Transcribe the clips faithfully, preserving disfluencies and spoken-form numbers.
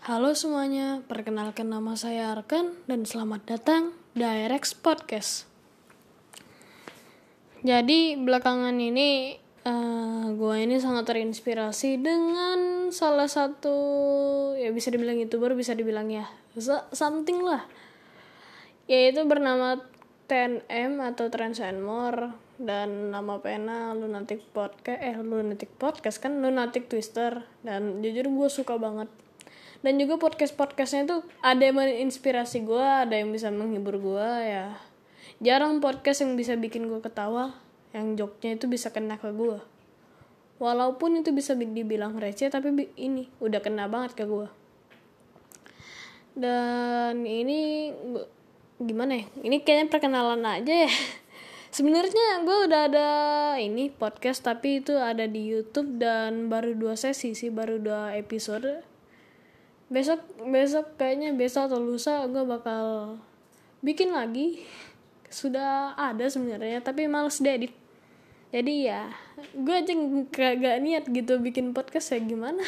Halo semuanya, perkenalkan nama saya Arkan dan selamat datang di Irex Podcast. Jadi belakangan ini uh, gue ini sangat terinspirasi dengan salah satu, ya bisa dibilang YouTuber, bisa dibilang ya something lah, yaitu bernama T N M atau Trends and More, dan nama pena Lunatic Podcast, eh Lunatic Podcast kan Lunatic Twister, dan jujur gue suka banget. Dan juga podcast-podcastnya tuh ada yang menginspirasi gue, ada yang bisa menghibur gue ya. Jarang podcast yang bisa bikin gue ketawa, yang joknya itu bisa kena ke gue. Walaupun itu bisa dibilang receh, tapi ini udah kena banget ke gue. Dan ini gimana ya? Ini kayaknya perkenalan aja ya. Sebenarnya gue udah ada ini podcast, tapi itu ada di YouTube dan baru dua sesi sih, baru dua episode. Besok besok kayaknya besok atau lusa gue bakal bikin lagi. Sudah ada sebenarnya tapi males diedit. Jadi ya gue aja kagak niat gitu bikin podcast ya gimana.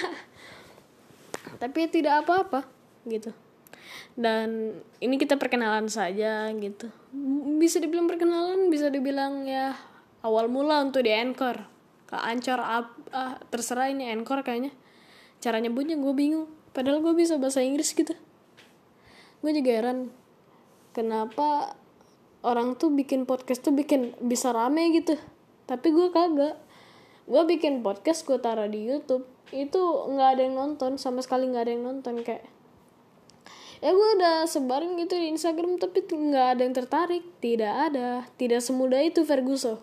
Tapi tidak apa-apa gitu. Dan ini kita perkenalan saja gitu. Bisa dibilang perkenalan, bisa dibilang ya awal mula untuk di Anchor. Ke Anchor up, ah, terserah ini Anchor kayaknya. Cara nyebutnya gue bingung. Padahal gue bisa bahasa Inggris gitu. Gue juga heran kenapa orang tuh bikin podcast tuh bikin bisa rame gitu. Tapi gue kagak. Gue bikin podcast, gue taruh di YouTube, itu gak ada yang nonton, sama sekali gak ada yang nonton. Kayak ya gue udah sebarin gitu di Instagram, tapi gak ada yang tertarik. Tidak ada. Tidak semudah itu Ferguson.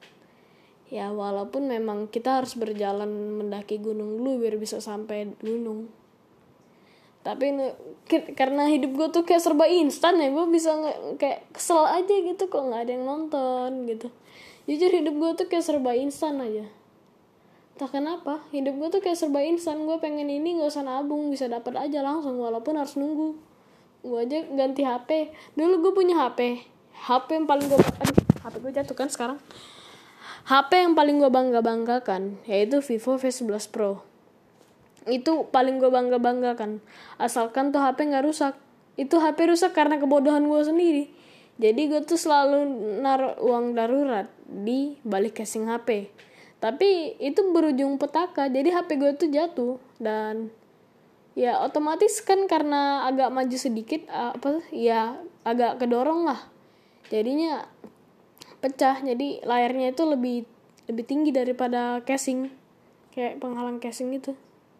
Ya walaupun memang kita harus berjalan mendaki gunung dulu biar bisa sampai gunung. Tapi ke, karena hidup gue tuh kayak serba instan ya, gue bisa nge, kayak kesel aja gitu kok nggak ada yang nonton gitu. Jujur hidup gue tuh kayak serba instan aja. Tak kenapa hidup gue tuh kayak serba instan. Gue pengen ini nggak usah nabung, bisa dapat aja langsung walaupun harus nunggu. Gue aja ganti H P. Dulu gue punya H P, H P yang paling gue, aduh H P gue jatuh kan sekarang. H P yang paling gue bangga banggakan yaitu Vivo V sebelas Pro. Itu paling gue bangga-banggakan. Asalkan tuh H P gak rusak. Itu H P rusak karena kebodohan gue sendiri. Jadi gue tuh selalu naruh uang darurat di balik casing H P. Tapi itu berujung petaka. Jadi H P gue tuh jatuh. Dan ya otomatis kan karena agak maju sedikit, apa ya agak kedorong lah. Jadinya pecah. Jadi layarnya itu lebih lebih tinggi daripada casing. Kayak penghalang casing gitu.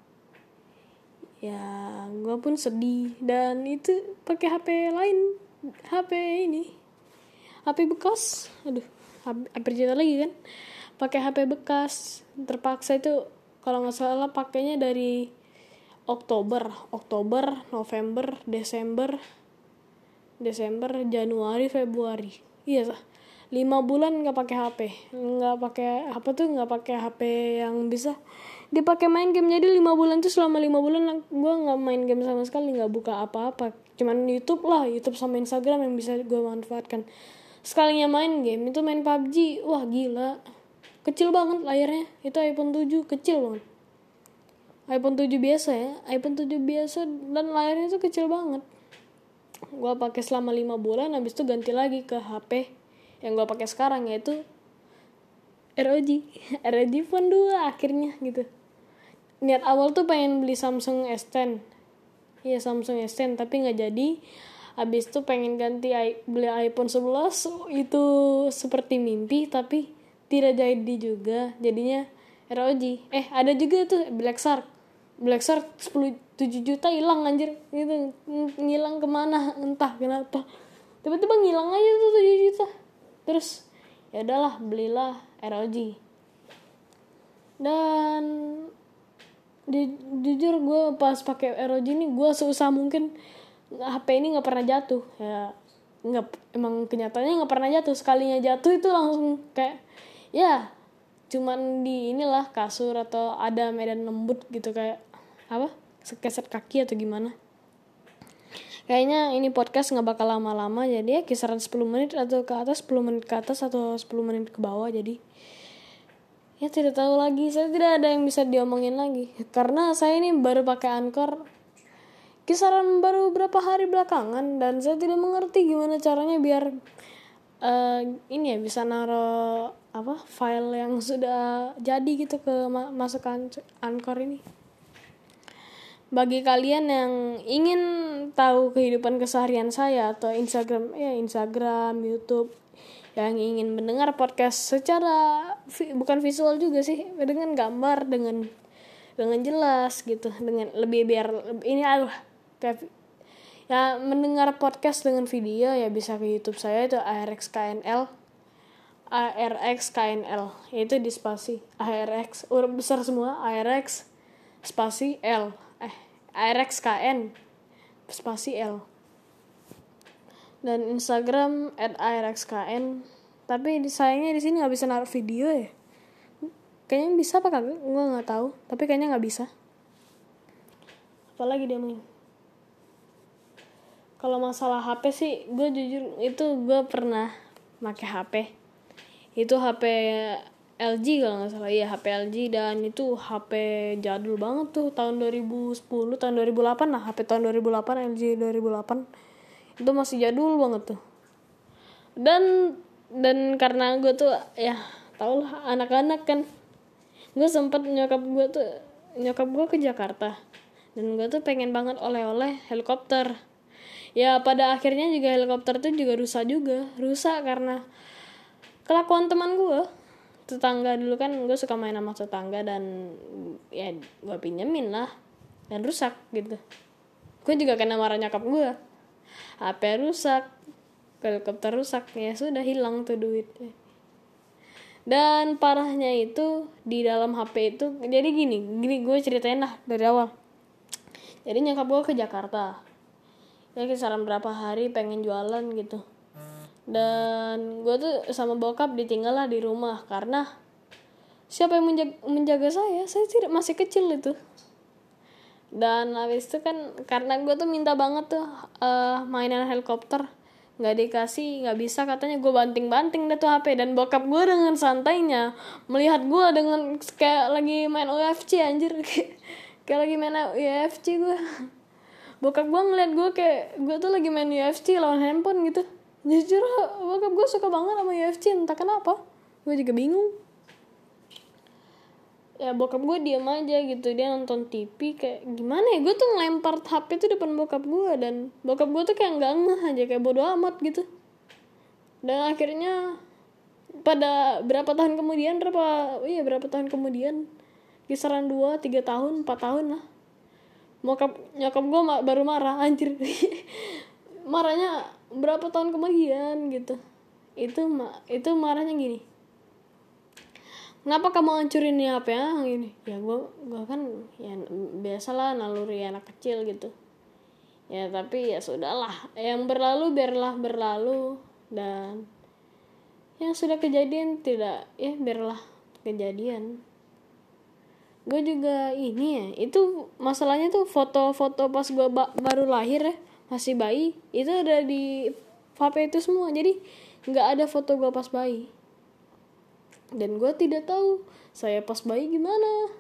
Ya gue pun sedih. Dan itu pakai H P lain, H P ini H P bekas. Aduh hampir cerita lagi kan. Pakai H P bekas. Terpaksa itu kalau gak salah pakainya dari Oktober Oktober, November, Desember Desember, Januari, Februari. Iya sah lima bulan gak pakai H P. Gak pakai apa tuh gak pakai H P yang bisa dipakai main game. Jadi lima bulan tuh selama lima bulan gue nggak main game sama sekali, nggak buka apa-apa, cuman YouTube lah, YouTube sama Instagram yang bisa gue manfaatkan. Sekalinya main game itu main P U B G, wah gila, kecil banget layarnya. Itu iPhone tujuh kecil banget, iPhone tujuh biasa ya, iPhone tujuh biasa dan layarnya tuh kecil banget. Gue pakai selama lima bulan, habis itu ganti lagi ke H P yang gue pakai sekarang yaitu R O G R O G Phone dua akhirnya gitu. Niat awal tuh pengen beli Samsung S sepuluh. Iya Samsung S sepuluh tapi gak jadi. Habis itu pengen ganti beli iPhone sebelas. Itu seperti mimpi tapi tidak jadi juga. Jadinya R O G. Eh ada juga tuh Black Shark. Black Shark sepuluh tujuh juta hilang anjir. Gitu. Ngilang kemana entah kenapa. Tiba-tiba ngilang aja tuh tujuh juta. Terus ya udahlah belilah R O G. Dan jujur gue pas pakai R O G ini gue seusah mungkin H P ini nggak pernah jatuh ya, nggak, emang kenyataannya nggak pernah jatuh. Sekalinya jatuh itu langsung kayak ya cuman di inilah kasur atau ada medan lembut gitu, kayak apa keset kaki atau gimana. Kayaknya ini podcast nggak bakal lama-lama, jadi ya kisaran sepuluh menit atau ke atas, sepuluh menit ke atas atau sepuluh menit ke bawah. Jadi ya tidak tahu lagi, saya tidak ada yang bisa diomongin lagi karena saya ini baru pakai Anchor kisaran baru berapa hari belakangan, dan saya tidak mengerti gimana caranya biar uh, ini ya bisa naro apa file yang sudah jadi gitu ke ma- masuk ke Anchor ini. Bagi kalian yang ingin tahu kehidupan keseharian saya atau Instagram ya Instagram, YouTube, yang ingin mendengar podcast secara vi- bukan visual juga sih, dengan gambar, dengan dengan jelas gitu, dengan lebih biar ini aduh kayak ya mendengar podcast dengan video ya bisa ke YouTube saya itu A R X K N L A R X K N L itu di spasi A R X huruf besar semua A R X spasi L eh A R X K N spasi L, dan Instagram at A R X K N. Tapi sayangnya di sini nggak bisa naruh video ya. Kayaknya bisa apa kagak? Gue nggak tahu. Tapi kayaknya nggak bisa. Apalagi dia main. Kalau masalah H P sih, gue jujur itu gue pernah pakai H P. Itu H P L G kalau nggak salah, iya H P L G, dan itu H P jadul banget tuh tahun dua ribu sepuluh, tahun dua ribu delapan lah, H P tahun dua ribu delapan, L G dua ribu delapan. Itu masih jadul banget tuh. Dan dan karena gue tuh ya tau lah anak-anak kan, gue sempet nyokap gue tuh nyokap gue ke Jakarta dan gue tuh pengen banget oleh-oleh helikopter. Ya pada akhirnya juga helikopter tuh juga rusak juga rusak karena kelakuan teman gue, tetangga. Dulu kan gue suka main sama tetangga dan ya gue pinjemin lah dan rusak gitu. Gue juga kena marah nyokap gue, H P rusak, helikopter rusak, ya sudah hilang tuh duit. Dan parahnya itu di dalam H P itu jadi gini gini gue ceritain lah dari awal. Jadi nyokap gue ke Jakarta ya kisaran berapa hari pengen jualan gitu, dan gue tuh sama bokap ditinggal lah di rumah karena siapa yang menjaga, menjaga saya saya tidak masih kecil itu. Dan habis itu kan karena gue tuh minta banget tuh uh, mainan helikopter, nggak dikasih, nggak bisa katanya. Gue banting-banting deh tuh H P, dan bokap gue dengan santainya melihat gue dengan kayak lagi main U F C anjir kayak lagi main U F C gue. Bokap gue ngeliat gue kayak gue tuh lagi main U F C lawan handphone gitu. Jujur bokap gue suka banget sama U F C, entah kenapa, gue juga bingung. Ya bokap gue diam aja gitu, dia nonton T V kayak gimana ya, gue tuh ngelempar H P tuh depan bokap gue, dan bokap gue tuh kayak nggak ngeh aja, kayak bodo amat gitu. Dan akhirnya pada berapa tahun kemudian berapa iya berapa tahun kemudian kisaran dua tiga tahun empat tahun lah, bokap nyokap gue ma- baru marah anjir marahnya berapa tahun kemudian gitu. Itu ma- itu marahnya gini, kenapa kamu hancurin nih H P ah gini. Ya gue gue kan ya biasalah naluri anak kecil gitu. Ya tapi ya sudahlah, yang berlalu biarlah berlalu, dan yang sudah kejadian tidak ya biarlah kejadian. Gue juga ini ya, itu masalahnya tuh foto-foto pas gue ba- baru lahir ya, masih bayi, itu ada di H P itu semua. Jadi nggak ada foto gue pas bayi, dan gue tidak tahu saya pas bayi gimana.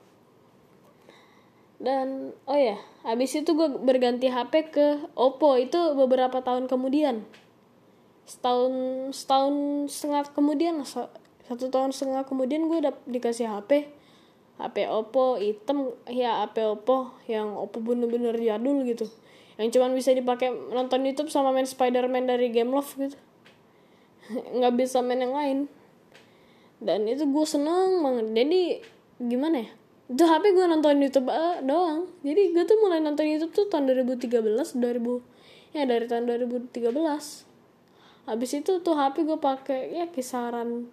Dan oh ya, habis itu gue berganti H P ke Oppo itu beberapa tahun kemudian, setahun setahun setengah kemudian, satu tahun setengah kemudian gue udah dikasih H P H P Oppo hitam ya, H P Oppo yang Oppo bener-bener jadul gitu, yang cuman bisa dipakai nonton YouTube sama main Spider-Man dari Gameloft gitu nggak bisa main yang lain. Dan itu gue seneng banget. Jadi gimana ya, itu H P gue nonton YouTube uh, doang. Jadi gue tuh mulai nonton YouTube tuh tahun dua ribu tiga belas dua ribu ya dari tahun dua ribu tiga belas. Habis itu tuh H P gue pakai ya kisaran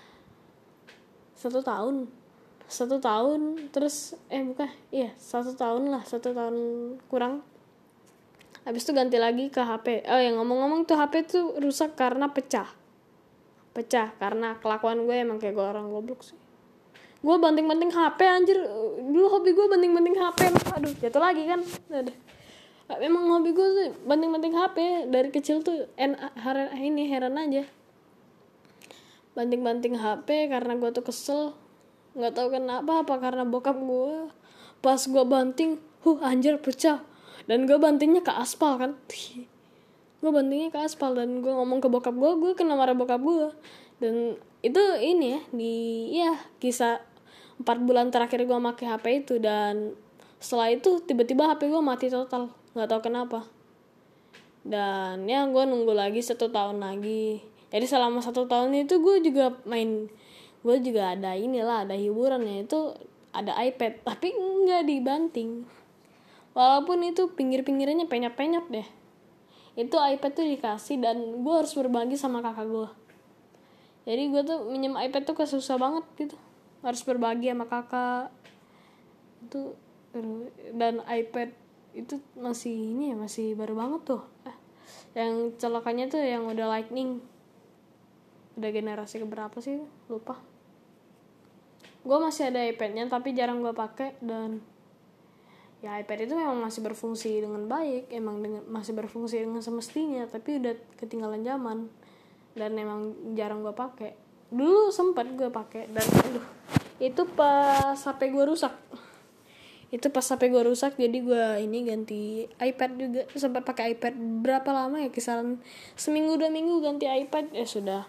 satu tahun satu tahun terus eh bukan iya satu tahun lah satu tahun kurang. Habis itu ganti lagi ke H P. Oh ya ngomong-ngomong tuh H P tuh rusak karena pecah pecah karena kelakuan gue emang kayak gue orang goblok sih. Gue banting-banting H P anjir, dulu hobi gue banting-banting H P. Aduh jatuh lagi kan. Aduh. Memang hobi gue tuh banting-banting H P dari kecil tuh en heran ini heran aja banting-banting H P karena gue tuh kesel. Nggak tahu kenapa, apa karena bokap gue pas gue banting huh anjir pecah, Dan gue bantingnya ke aspal kan. Gue bantingnya ke aspal dan gue ngomong ke bokap gue, gue kena marah bokap gue. Dan itu ini ya, di ya kisah empat bulan terakhir gue pakai H P itu. Dan setelah itu tiba-tiba H P gue mati total, nggak tahu kenapa. Dan ya gue nunggu lagi satu tahun lagi. Jadi selama satu tahun itu gue juga main, gue juga ada inilah, ada hiburannya itu ada iPad, tapi nggak dibanting. Walaupun itu pinggir-pinggirnya penyap-penyap deh. Itu iPad tuh dikasih dan gue harus berbagi sama kakak gue. Jadi gue tuh minjem iPad tuh kesusah banget gitu. Harus berbagi sama kakak. Itu dan iPad itu masih ini ya, masih baru banget tuh. Eh, yang celakanya tuh yang udah lightning. Udah generasi keberapa sih? Lupa. Gue masih ada iPad-nya tapi jarang gue pakai. Dan ya iPad itu memang masih berfungsi dengan baik, emang dengan masih berfungsi dengan semestinya, tapi udah ketinggalan zaman dan emang jarang gue pakai. Dulu sempat gue pakai dan aduh, itu pas H P gue rusak. Itu pas H P gue rusak jadi gue ini ganti iPad juga. Sempat pakai iPad berapa lama ya, kisaran seminggu dua minggu ganti iPad ya sudah.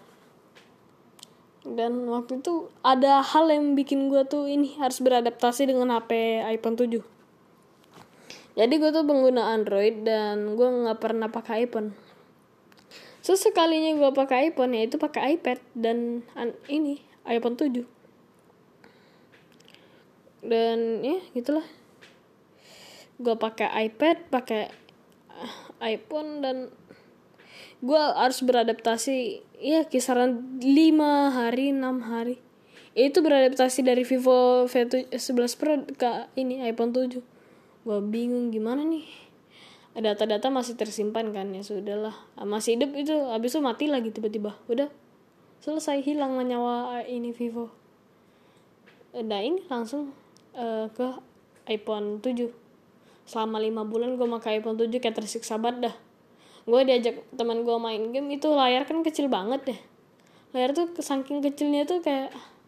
Dan waktu itu ada hal yang bikin gue tuh ini harus beradaptasi dengan H P iPhone tujuh. Jadi gue tuh pengguna Android dan gue nggak pernah pakai iPhone. Sesekalinya gue pakai iPhone ya itu pakai iPad dan an- ini iPhone tujuh. Dan ya gitulah. Gue pakai iPad, pakai iPhone dan gue harus beradaptasi ya kisaran lima hari enam hari. Itu beradaptasi dari Vivo V sebelas Pro ke ini iPhone tujuh. Gue bingung gimana nih, data-data masih tersimpan kan, ya sudahlah, masih hidup itu, habis itu mati lagi tiba-tiba, udah selesai, hilang nyawa ini Vivo. Udah ini langsung uh, ke iPhone tujuh. Selama lima bulan gue pakai iPhone tujuh kayak tersiksa banget dah. Gue diajak teman gue main game, itu layar kan kecil banget deh. Layar tuh saking kecilnya tuh kayak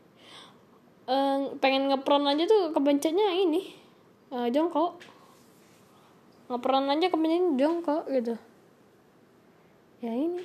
uh, pengen ngepron aja tuh kebencetnya ini Uh, jongkok, ngeperan aja kepengen jongkok gitu. Ya ini,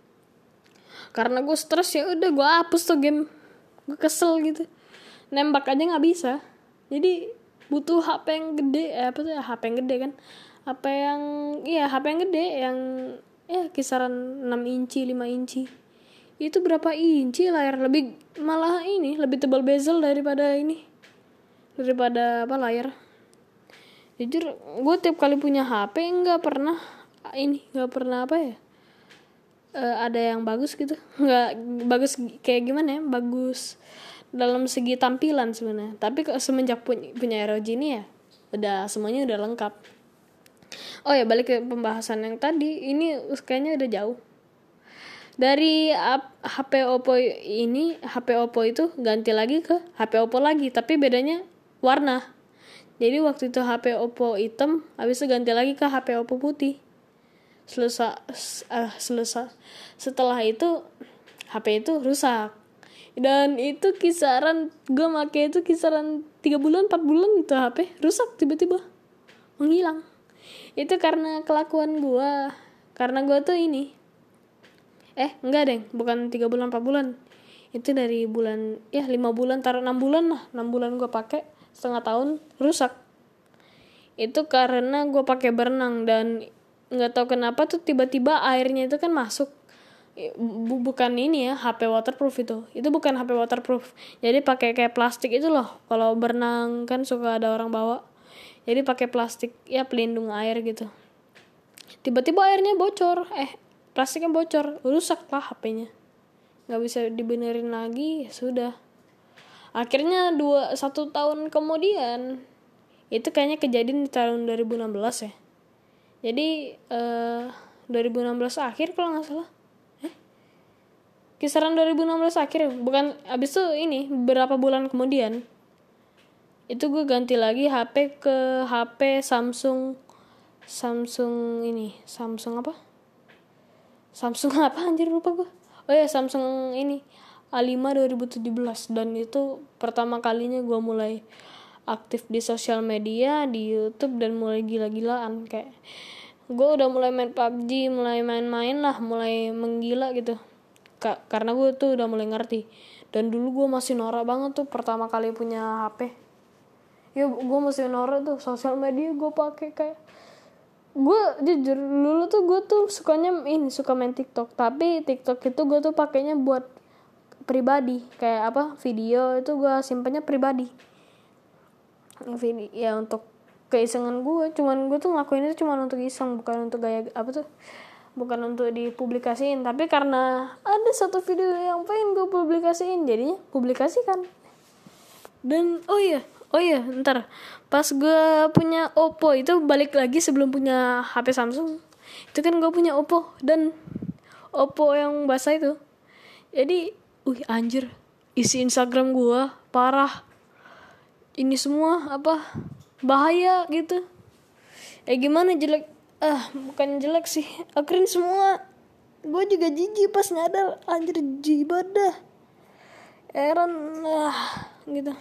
karena gue stres ya udah gue hapus tuh game. Gue kesel gitu, nembak aja nggak bisa. Jadi butuh H P yang gede, eh, apa tuh H P yang gede kan? H P yang, iya H P yang gede yang ya kisaran enam inci, lima inci. Itu berapa inci layar, lebih malah ini lebih tebal bezel daripada ini, daripada apa layar. Jujur gue tiap kali punya H P nggak pernah ini nggak pernah apa ya uh, ada yang bagus gitu, nggak bagus kayak gimana ya, bagus dalam segi tampilan sebenarnya. Tapi semenjak punya punya R O G ini ya udah semuanya udah lengkap. Oh ya, balik ke pembahasan yang tadi, ini kayaknya udah jauh dari H P Oppo ini. H P Oppo itu ganti lagi ke H P Oppo lagi, tapi bedanya warna. Jadi waktu itu H P Oppo hitam, habis itu ganti lagi ke H P Oppo putih. Selesai, uh, selesai. Setelah itu H P itu rusak. Dan itu kisaran gue pakai itu kisaran tiga bulan empat bulan itu H P rusak tiba-tiba menghilang. Itu karena kelakuan gue. Karena gue tuh ini. Eh, enggak deng, bukan tiga bulan empat bulan. Itu dari bulan ya lima bulan taruh enam bulan lah. enam bulan gue pakai, setengah tahun rusak. Itu karena gue pakai berenang dan nggak tahu kenapa tuh tiba-tiba airnya itu kan masuk. Bukan ini ya H P waterproof itu. Itu bukan H P waterproof. Jadi pakai kayak plastik itu loh. Kalau berenang kan suka ada orang bawa. Jadi pakai plastik ya pelindung air gitu. Tiba-tiba airnya bocor. Eh, plastiknya bocor, rusak lah H P-nya. Nggak bisa dibenerin lagi, ya sudah. Akhirnya dua satu tahun kemudian, itu kayaknya kejadian di tahun dua ribu enam belas ya. Jadi eh, dua ribu enam belas akhir kalau nggak salah. Eh? Kisaran dua ribu enam belas akhir, bukan abis itu ini beberapa bulan kemudian. Itu gue ganti lagi H P ke H P Samsung Samsung ini, Samsung apa? Samsung apa anjir lupa gue. Oh ya, Samsung ini A lima dua ribu tujuh belas, dan itu pertama kalinya gue mulai aktif di sosial media, di YouTube, dan mulai gila-gilaan. Kayak gue udah mulai main P U B G, mulai main-main lah, mulai menggila gitu. Ka- karena gue tuh udah mulai ngerti. Dan dulu gue masih norak banget tuh pertama kali punya H P. Ya gue masih norak tuh, sosial media gue pakai kayak, gue jujur dulu tuh gue tuh sukanya ini suka main TikTok, tapi TikTok itu gue tuh pakainya buat pribadi, kayak apa, video itu gue simpannya pribadi, video ya untuk keisengan gue, cuman gue tuh ngelakuin itu cuman untuk iseng, bukan untuk gaya apa tuh, bukan untuk dipublikasiin. Tapi karena ada satu video yang pengen gue publikasiin, jadinya publikasikan. Dan oh iya oh iya ntar pas gue punya Oppo itu, balik lagi sebelum punya H P Samsung itu kan gue punya Oppo, dan Oppo yang basah itu, jadi wih anjir, isi Instagram gue parah ini semua apa, bahaya gitu. Eh gimana, jelek, ah bukan jelek sih, cringe semua. Gue juga jijik pas nyadar, anjir jijik dah, heran lah gitu.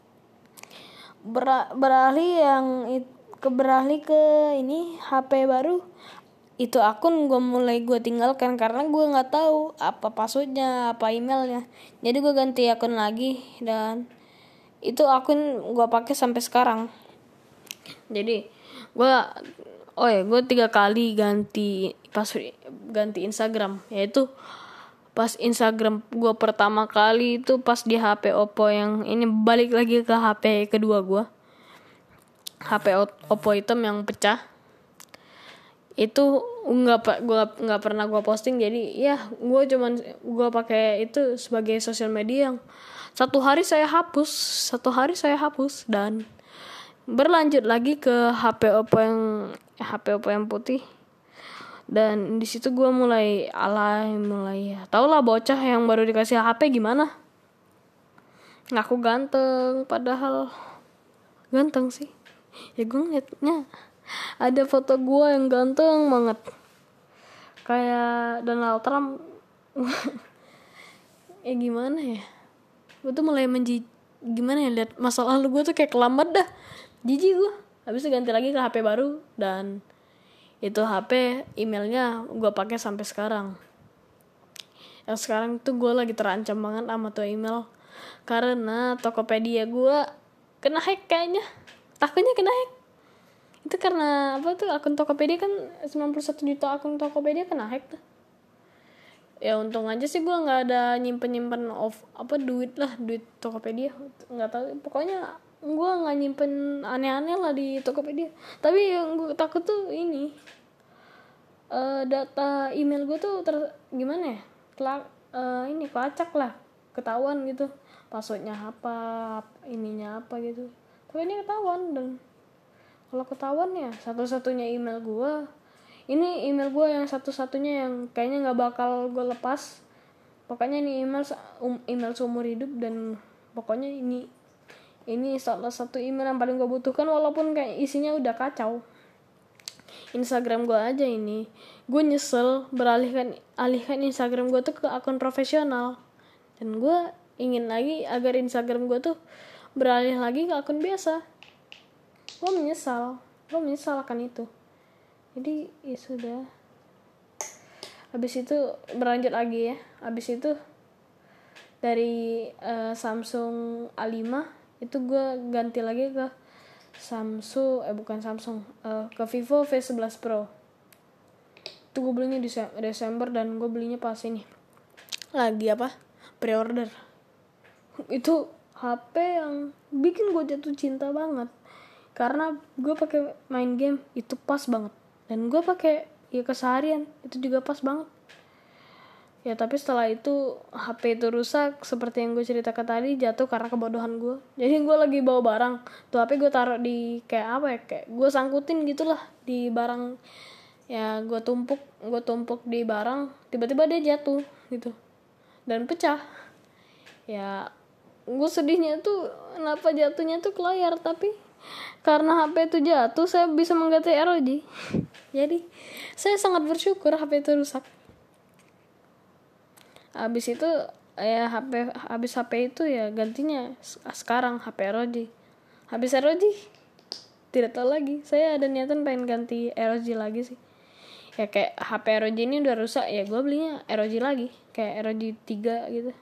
Ber- beralih yang it, ke beralih ke ini H P baru, itu akun gue mulai gue tinggalkan karena gue nggak tahu apa passwordnya, apa emailnya. Jadi gue ganti akun lagi, dan itu akun gue pakai sampai sekarang. Jadi gue oh ya gue tiga kali ganti password, ganti Instagram, yaitu pas Instagram gue pertama kali itu pas di H P Oppo yang ini, balik lagi ke H P kedua gue, H P Oppo hitam yang pecah itu nggak pak gue nggak pernah gue posting. Jadi ya gue cuman gue pakai itu sebagai sosial media yang satu hari saya hapus satu hari saya hapus dan berlanjut lagi ke H P Oppo yang H P Oppo yang putih. Dan di situ gue mulai alay, mulai ya tau lah bocah yang baru dikasih H P gimana, ngaku ganteng, padahal ganteng sih ya. Gue ngeliatnya ada foto gue yang ganteng banget kayak Donald Trump. Ya gimana ya, gue tuh mulai menji gimana ya, lihat masa lalu gue tuh kayak kelambat dah, jijik gue. Habis itu ganti lagi ke H P baru, dan itu H P emailnya gue pakai sampai sekarang. Yang sekarang tuh gue lagi terancam banget sama tuh email, karena Tokopedia gue kena hack kayaknya, takutnya kena hack. Itu karena apa tuh, akun Tokopedia kan sembilan puluh satu juta akun Tokopedia kena hack tuh. Ya untung aja sih gue nggak ada nyimpen-nyimpen off apa duit lah, duit Tokopedia. Nggak tahu, pokoknya gue nggak nyimpen aneh-aneh lah di Tokopedia. Tapi yang gue takut tuh ini, uh, data email gue tuh ter gimana ya, Telak, uh, ini kelacak lah, ketahuan gitu, passwordnya apa, ininya apa gitu. Tapi ini ketahuan, dan kalau ketahuan ya satu-satunya email gue, ini email gue yang satu-satunya yang kayaknya nggak bakal gue lepas. Pokoknya ini email um, email seumur hidup, dan pokoknya ini ini salah satu email yang paling gue butuhkan, walaupun kayak isinya udah kacau. Instagram gue aja ini, gue nyesel beralihkan alihkan Instagram gue tuh ke akun profesional, dan gue ingin lagi agar Instagram gue tuh beralih lagi ke akun biasa. Gue menyesal, gue menyesal akan itu. Jadi ya sudah. Habis itu berlanjut lagi ya. Habis itu dari uh, Samsung A lima itu gue ganti lagi ke Samsung, eh bukan Samsung, uh, ke Vivo V sebelas Pro. Itu gue belinya di Desember, dan gue belinya pas ini lagi apa, pre-order. Itu H P yang bikin gue jatuh cinta banget, karena gue pakai main game itu pas banget, dan gue pakai ya keseharian itu juga pas banget ya. Tapi setelah itu H P itu rusak, seperti yang gue ceritakan tadi, jatuh karena kebodohan gue. Jadi gue lagi bawa barang tuh, H P gue taruh di kayak apa ya, kayak gue sangkutin gitulah di barang ya, gue tumpuk gue tumpuk di barang, tiba-tiba dia jatuh gitu dan pecah ya. Gue sedihnya tuh kenapa jatuhnya tuh ke layar, tapi karena H P itu jatuh saya bisa mengganti R O G. Jadi saya sangat bersyukur H P itu rusak. Habis itu ya H P habis H P itu ya gantinya sekarang H P R O G. H habis R O G tidak tahu lagi. Saya ada niatan pengen ganti R O G lagi sih. Ya kayak H P R O G ini udah rusak, ya gue belinya R O G lagi, kayak R O G tiga gitu.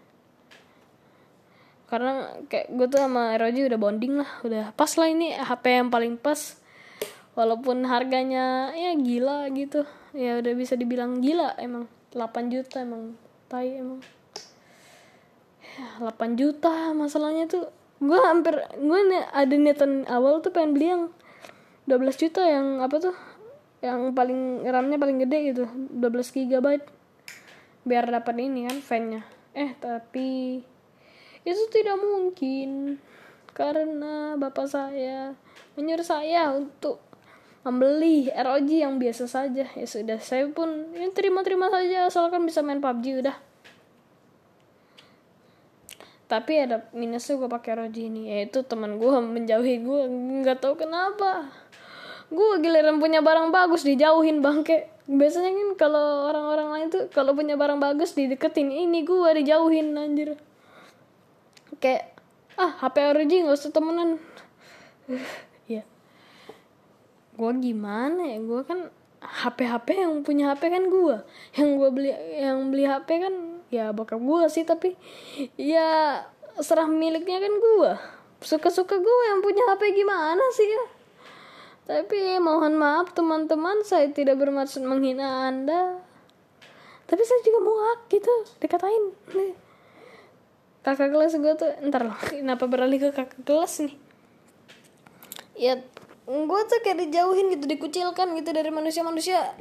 Karena kayak gue tuh sama R O G udah bonding lah, udah pas lah, ini H P yang paling pas. Walaupun harganya ya gila gitu, ya udah bisa dibilang gila emang. delapan juta emang tai emang. Ya, delapan juta masalahnya tuh. Gue hampir, gue ada niatan awal tuh pengen beli yang dua belas juta, yang apa tuh, yang paling RAM-nya paling gede gitu, dua belas giga byte, biar dapat ini kan fan-nya. Eh tapi itu tidak mungkin karena bapak saya menyuruh saya untuk membeli R O G yang biasa saja. Ya sudah, saya pun ya, terima-terima saja asalkan bisa main P U B G udah. Tapi ada minusnya gue pakai R O G ini, yaitu teman gue menjauhi gue, nggak tahu kenapa. Gue giliran punya barang bagus dijauhin bangke. Biasanya kan kalau orang-orang lain tuh kalau punya barang bagus dideketin, ini gue dijauhin anjir. Kayak ah H P R O G nggak usah temenan. Ya gue gimana ya, gue kan H P H P yang punya H P kan gue, yang gue beli yang beli H P kan ya bokap gue sih, tapi ya serah miliknya kan gue, suka-suka gue yang punya H P, gimana sih ya. Tapi mohon maaf teman-teman, saya tidak bermaksud menghina Anda, tapi saya juga muak gitu dikatain. Kakak kelas gue tuh, ntar loh kenapa beralih ke kakak kelas nih ya, gue tuh kayak dijauhin gitu, dikucilkan gitu dari manusia-manusia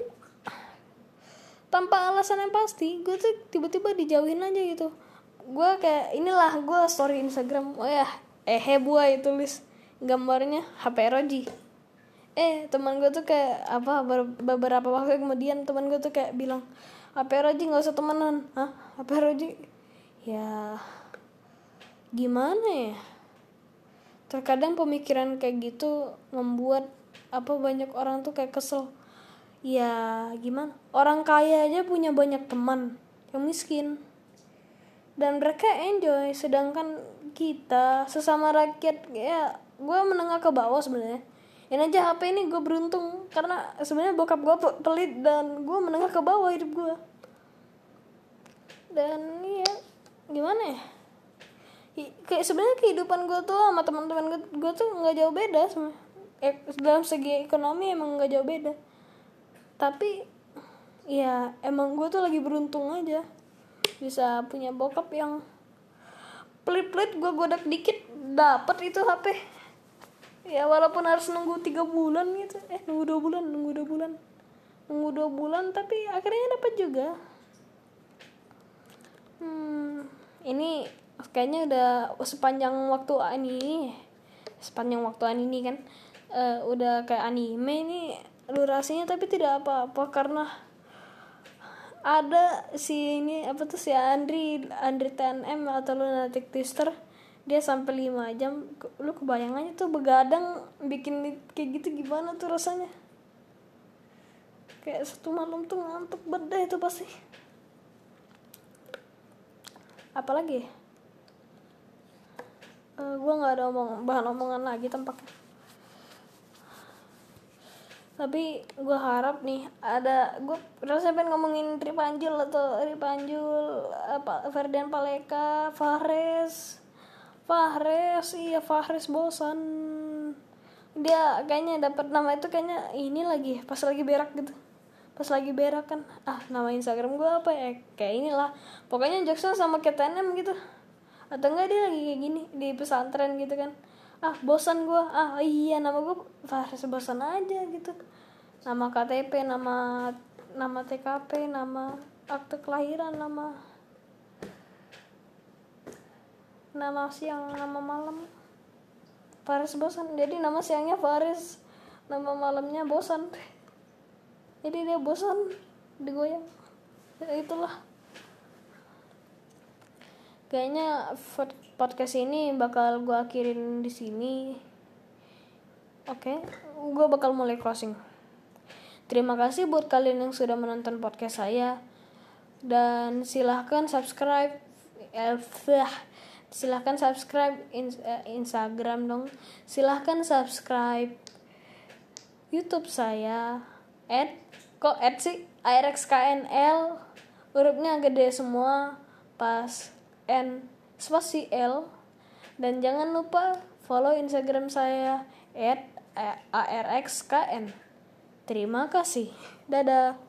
tanpa alasan yang pasti. Gue tuh tiba-tiba dijauhin aja gitu. Gue kayak inilah, gue story Instagram, oh ya eh buai tulis gambarnya H P R O G. Eh teman gue tuh kayak apa, beberapa waktu kemudian teman gue tuh kayak bilang, H P R O G nggak usah temenan. Hah, H P R O G ya gimana ya. Terkadang pemikiran kayak gitu membuat apa banyak orang tuh kayak kesel. Ya gimana, orang kaya aja punya banyak teman yang miskin dan mereka enjoy, sedangkan kita sesama rakyat ya, gue menengah ke bawah sebenarnya. Yang aja H P ini gue beruntung karena sebenarnya bokap gue pelit dan gue menengah ke bawah hidup gue. Dan ya gimana ya, kayak sebenarnya kehidupan gue tuh sama teman-teman gue, gue tuh nggak jauh beda sebenarnya. Eh, dalam segi ekonomi emang nggak jauh beda, tapi ya emang gue tuh lagi beruntung aja bisa punya bokap yang pelit-pelit. Gue godak dikit dapat itu H P ya, walaupun harus nunggu tiga bulan gitu, eh nunggu dua bulan nunggu dua bulan nunggu dua bulan tapi akhirnya dapat juga. Hmm, ini kayaknya udah sepanjang waktu ini sepanjang waktu ini kan uh, udah kayak anime ini durasinya, tapi tidak apa-apa karena ada si ini apa tuh si Andri Andri T N M atau Lunatic Twister, dia sampai lima jam. Lu kebayangannya tuh begadang bikin kayak gitu gimana tuh rasanya, kayak satu malam tuh ngantuk banget itu pasti. Apalagi uh, gue nggak ada omong bahan omongan lagi tampaknya. Tapi gue harap nih ada, gue rasanya pengen ngomongin Tripanjul atau Tripanjul apa Ferdian Paleka, Fares Fares iya Fares bosan. Dia kayaknya dapat nama itu kayaknya ini lagi pas lagi berak gitu, pas lagi berak kan, ah nama Instagram gue apa ya, kayak inilah pokoknya Jackson sama K T N M gitu, atau enggak dia lagi kayak gini di pesantren gitu kan, ah bosan gue, ah iya nama gue Fares bosan aja gitu, nama K T P, nama nama T K P, nama akte kelahiran, nama nama siang, nama malam Fares bosan. Jadi nama siangnya Fares, nama malamnya bosan, jadi dia bosan digoyang. Ya, itulah kayaknya podcast ini bakal gue akhirin di sini. Oke, okay? Gue bakal mulai closing. Terima kasih buat kalian yang sudah menonton podcast saya, dan silahkan subscribe silahkan subscribe in, uh, Instagram dong. Silahkan subscribe YouTube saya at kok at sih A R X K N L, hurufnya gede semua pas N spasi L. Dan jangan lupa follow Instagram saya at A R X K N. Terima kasih. Dadah.